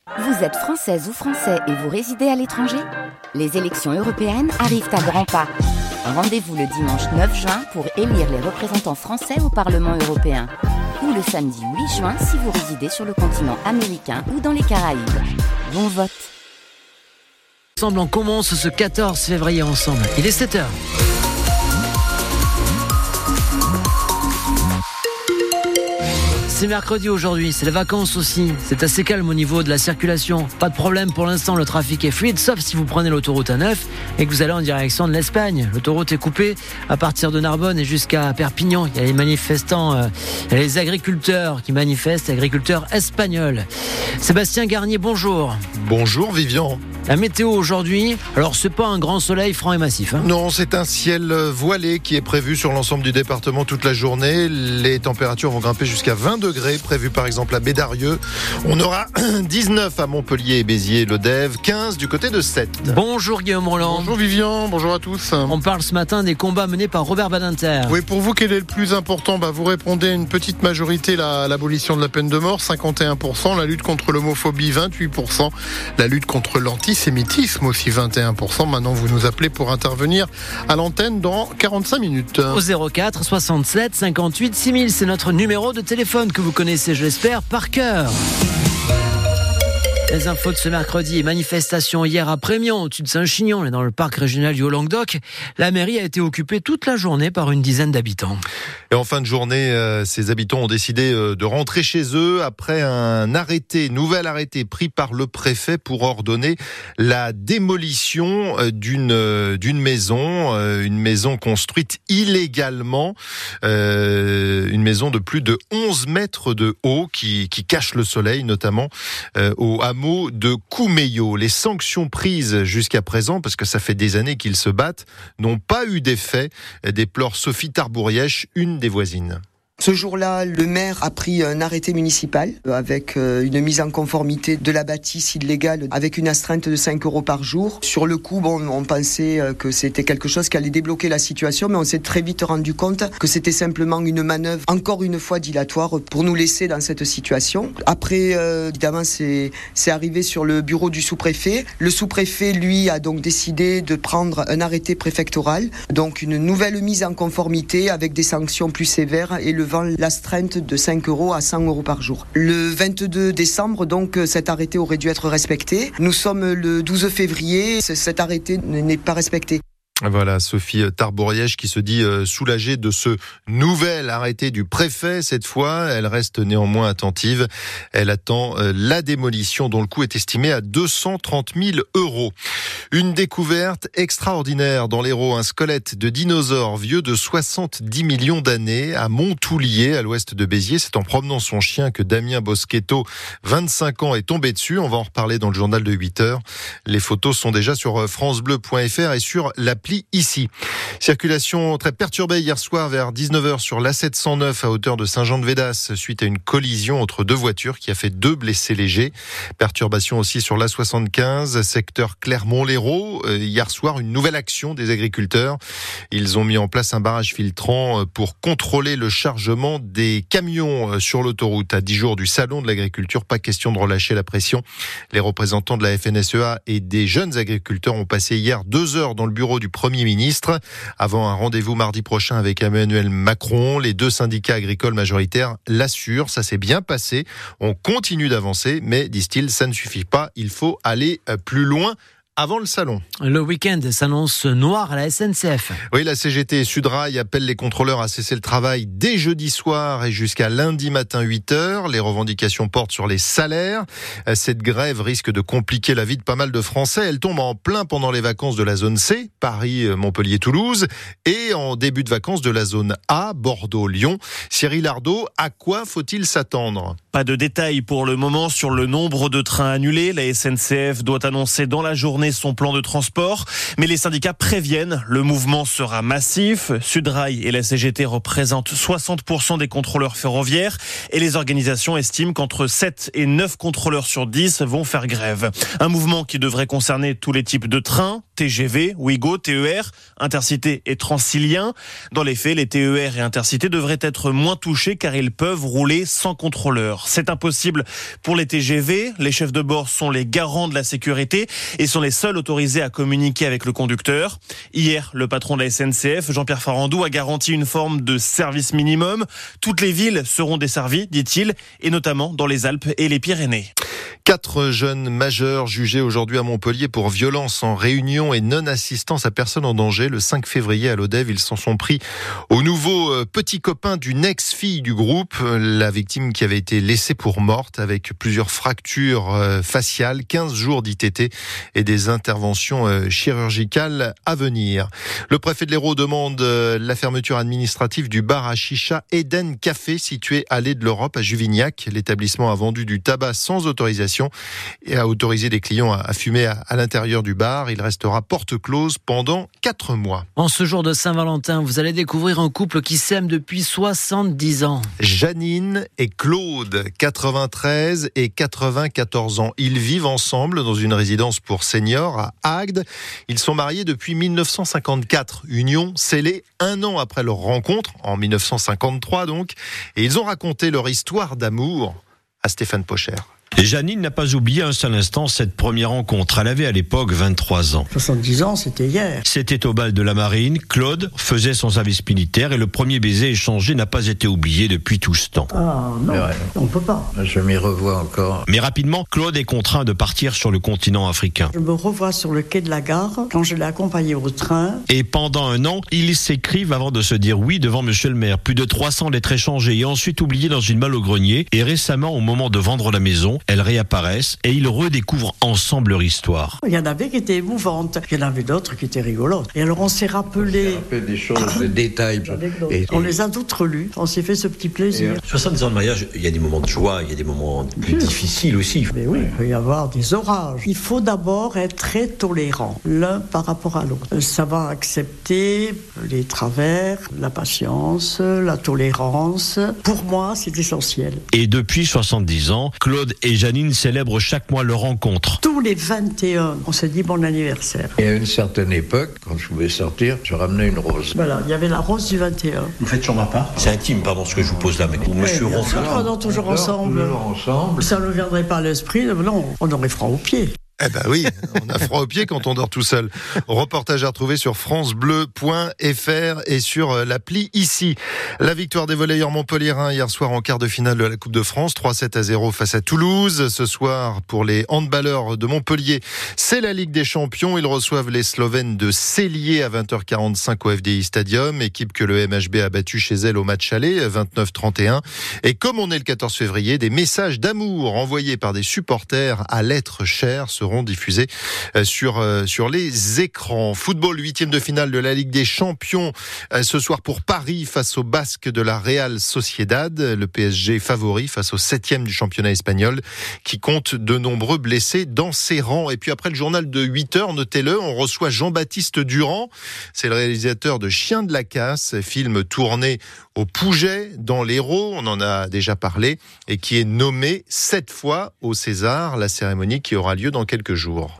Vous êtes française ou français et vous résidez à l'étranger ? Les élections européennes arrivent à grands pas. Rendez-vous le dimanche 9 juin pour élire les représentants français au Parlement européen. Ou le samedi 8 juin si vous résidez sur le continent américain ou dans les Caraïbes. Bon vote. On commence ce 14 février ensemble. Il est 7h. C'est mercredi aujourd'hui, c'est les vacances aussi. C'est assez calme au niveau de la circulation. Pas de problème pour l'instant, le trafic est fluide, sauf si vous prenez l'autoroute A9 et que vous allez en direction de l'Espagne. L'autoroute est coupée à partir de Narbonne et jusqu'à Perpignan. Il y a les manifestants, il y a les agriculteurs qui manifestent, agriculteurs espagnols. Sébastien Garnier, bonjour. Bonjour Vivian. La météo aujourd'hui, alors c'est pas un grand soleil franc et massif. Non, c'est un ciel voilé qui est prévu sur l'ensemble du département toute la journée. Les températures vont grimper jusqu'à 20 degrés, prévu par exemple à Bédarieux. On aura 19 à Montpellier et Béziers, le Dève, 15 du côté de Sète. Bonjour Guillaume Roland. Bonjour Vivian, bonjour à tous. On parle ce matin des combats menés par Robert Badinter. Oui, pour vous, quel est le plus important ? Vous répondez à une petite majorité, l'abolition de la peine de mort, 51%, la lutte contre l'homophobie, 28%, la lutte contre l'antisémitisme aussi, 21%. Maintenant, vous nous appelez pour intervenir à l'antenne dans 45 minutes. Au 04 67 58 6000, c'est notre numéro de téléphone que vous connaissez, je l'espère, par cœur. Les infos de ce mercredi, manifestation hier à Prémian, au-dessus de Saint-Chinian, dans le parc régional du Haut-Languedoc. La mairie a été occupée toute la journée par une dizaine d'habitants. Et en fin de journée, ces habitants ont décidé de rentrer chez eux après un nouvel arrêté pris par le préfet pour ordonner la démolition d'une maison construite illégalement, une maison de plus de 11 mètres de haut qui cache le soleil, notamment au hameau de Coumeillot. Les sanctions prises jusqu'à présent, parce que ça fait des années qu'ils se battent, n'ont pas eu d'effet, déplore Sophie Tarbourièche, une des voisines. Ce jour-là, le maire a pris un arrêté municipal avec une mise en conformité de la bâtisse illégale avec une astreinte de 5 € par jour. Sur le coup, on pensait que c'était quelque chose qui allait débloquer la situation, mais on s'est très vite rendu compte que c'était simplement une manœuvre, encore une fois dilatoire, pour nous laisser dans cette situation. Après, évidemment, c'est arrivé sur le bureau du sous-préfet. Le sous-préfet, lui, a donc décidé de prendre un arrêté préfectoral, donc une nouvelle mise en conformité avec des sanctions plus sévères et le l'astreinte de 5 € à 100 € par jour. Le 22 décembre, donc, cet arrêté aurait dû être respecté. Nous sommes le 12 février, cet arrêté n'est pas respecté. Voilà, Sophie Tarbourièche qui se dit soulagée de ce nouvel arrêté du préfet. Cette fois, elle reste néanmoins attentive. Elle attend la démolition dont le coût est estimé à 230 000 €. Une découverte extraordinaire dans l'Hérault, un squelette de dinosaure vieux de 70 millions d'années à Montoulier, à l'ouest de Béziers. C'est en promenant son chien que Damien Boschetto, 25 ans, est tombé dessus. On va en reparler dans le journal de 8h. Les photos sont déjà sur francebleu.fr et sur l'appli ici. Circulation très perturbée hier soir vers 19h sur l'A709 à hauteur de Saint-Jean-de-Védas suite à une collision entre deux voitures qui a fait 2 blessés légers. Perturbation aussi sur l'A75 secteur Clermont-Lérault. Hier soir, une nouvelle action des agriculteurs. Ils ont mis en place un barrage filtrant pour contrôler le chargement des camions sur l'autoroute. À 10 jours du salon de l'agriculture, pas question de relâcher la pression. Les représentants de la FNSEA et des jeunes agriculteurs ont passé hier 2 heures dans le bureau du Premier ministre avant un rendez-vous mardi prochain avec Emmanuel Macron. Les 2 syndicats agricoles majoritaires l'assurent, ça s'est bien passé. On continue d'avancer, mais disent-ils, ça ne suffit pas. Il faut aller plus loin avant le salon. Le week-end s'annonce noir à la SNCF. Oui, la CGT et Sudrail appellent les contrôleurs à cesser le travail dès jeudi soir et jusqu'à lundi matin 8h. Les revendications portent sur les salaires. Cette grève risque de compliquer la vie de pas mal de Français. Elle tombe en plein pendant les vacances de la zone C, Paris, Montpellier, Toulouse, et en début de vacances de la zone A, Bordeaux, Lyon. Cyril Ardo, à quoi faut-il s'attendre ? Pas de détails pour le moment sur le nombre de trains annulés. La SNCF doit annoncer dans la journée abandonner son plan de transport. Mais les syndicats préviennent, le mouvement sera massif. Sudrail et la CGT représentent 60% des contrôleurs ferroviaires et les organisations estiment qu'entre 7 et 9 contrôleurs sur 10 vont faire grève. Un mouvement qui devrait concerner tous les types de trains, TGV, Ouigo, TER, Intercité et Transilien. Dans les faits, les TER et Intercité devraient être moins touchés car ils peuvent rouler sans contrôleur. C'est impossible pour les TGV. Les chefs de bord sont les garants de la sécurité et sont les seuls autorisés à communiquer avec le conducteur. Hier, le patron de la SNCF, Jean-Pierre Farandou, a garanti une forme de service minimum. Toutes les villes seront desservies, dit-il, et notamment dans les Alpes et les Pyrénées. 4 jeunes majeurs jugés aujourd'hui à Montpellier pour violence en réunion et non-assistance à personne en danger. Le 5 février à l'Odève, ils s'en sont pris au nouveau petit copain d'une ex-fille du groupe. La victime qui avait été laissée pour morte avec plusieurs fractures faciales, 15 jours d'ITT et des interventions chirurgicales à venir. Le préfet de l'Hérault demande la fermeture administrative du bar à chicha Eden Café situé allée de l'Europe à Juvignac. L'établissement a vendu du tabac sans autorisation et a autorisé des clients à fumer à l'intérieur du bar. Il restera porte close pendant 4 mois. En ce jour de Saint-Valentin, vous allez découvrir un couple qui s'aime depuis 70 ans. Janine et Claude, 93 et 94 ans. Ils vivent ensemble dans une résidence pour seniors à Agde. Ils sont mariés depuis 1954. Union scellée 1 an après leur rencontre, en 1953 donc. Et ils ont raconté leur histoire d'amour à Stéphane Pocher. Et Janine n'a pas oublié un seul instant cette première rencontre. Elle avait à l'époque 23 ans. 70 ans, c'était hier. C'était au bal de la Marine. Claude faisait son service militaire et le premier baiser échangé n'a pas été oublié depuis tout ce temps. Ah non, on peut pas. Je m'y revois encore. Mais rapidement, Claude est contraint de partir sur le continent africain. Je me revois sur le quai de la gare quand je l'ai accompagné au train. Et pendant 1 an, ils s'écrivent avant de se dire oui devant monsieur le maire. Plus de 300 lettres échangées et ensuite oubliées dans une malle au grenier. Et récemment, au moment de vendre la maison, elles réapparaissent et ils redécouvrent ensemble leur histoire. Il y en avait qui étaient émouvantes, il y en avait d'autres qui étaient rigolotes. Et alors on s'est rappelé des choses, des détails. Et on les a toutes relues, on s'est fait ce petit plaisir. 70 ans de mariage, il y a des moments de joie, il y a des moments plus difficiles aussi. Mais oui, il peut y avoir des orages. Il faut d'abord être très tolérant, l'un par rapport à l'autre. Savoir accepter les travers, la patience, la tolérance. Pour moi, c'est essentiel. Et depuis 70 ans, Claude et Janine célèbrent chaque mois leur rencontre. Tous les 21, on s'est dit bon anniversaire. Et à une certaine époque, quand je pouvais sortir, je ramenais une rose. Voilà, il y avait la rose du 21. Vous faites sur ma part. C'est intime, pardon, ce que je vous pose là, mais monsieur Ronflant. On dort toujours ensemble. Ça ne viendrait pas à l'esprit, non, on aurait froid aux pieds. Eh ben oui, on a froid aux pieds quand on dort tout seul. Reportage à retrouver sur francebleu.fr et sur l'appli ici. La victoire des volleyeurs montpelliérains hier soir en quart de finale de la Coupe de France, 3-7-0 face à Toulouse. Ce soir, pour les handballeurs de Montpellier, c'est la Ligue des Champions. Ils reçoivent les Slovènes de Cellier à 20h45 au FDI Stadium, équipe que le MHB a battue chez elle au match aller, 29-31. Et comme on est le 14 février, des messages d'amour envoyés par des supporters à l'être cher seront diffusés sur les écrans. Football, 8e de finale de la Ligue des Champions ce soir pour Paris face aux Basques de la Real Sociedad. Le PSG favori face au 7e du championnat espagnol qui compte de nombreux blessés dans ses rangs. Et puis après le journal de 8h, notez-le, on reçoit Jean-Baptiste Durand. C'est le réalisateur de Chien de la Casse, film tourné au Pouget dans l'Hérault, on en a déjà parlé, et qui est nommé 7 fois au César, la cérémonie qui aura lieu dans quelques jours.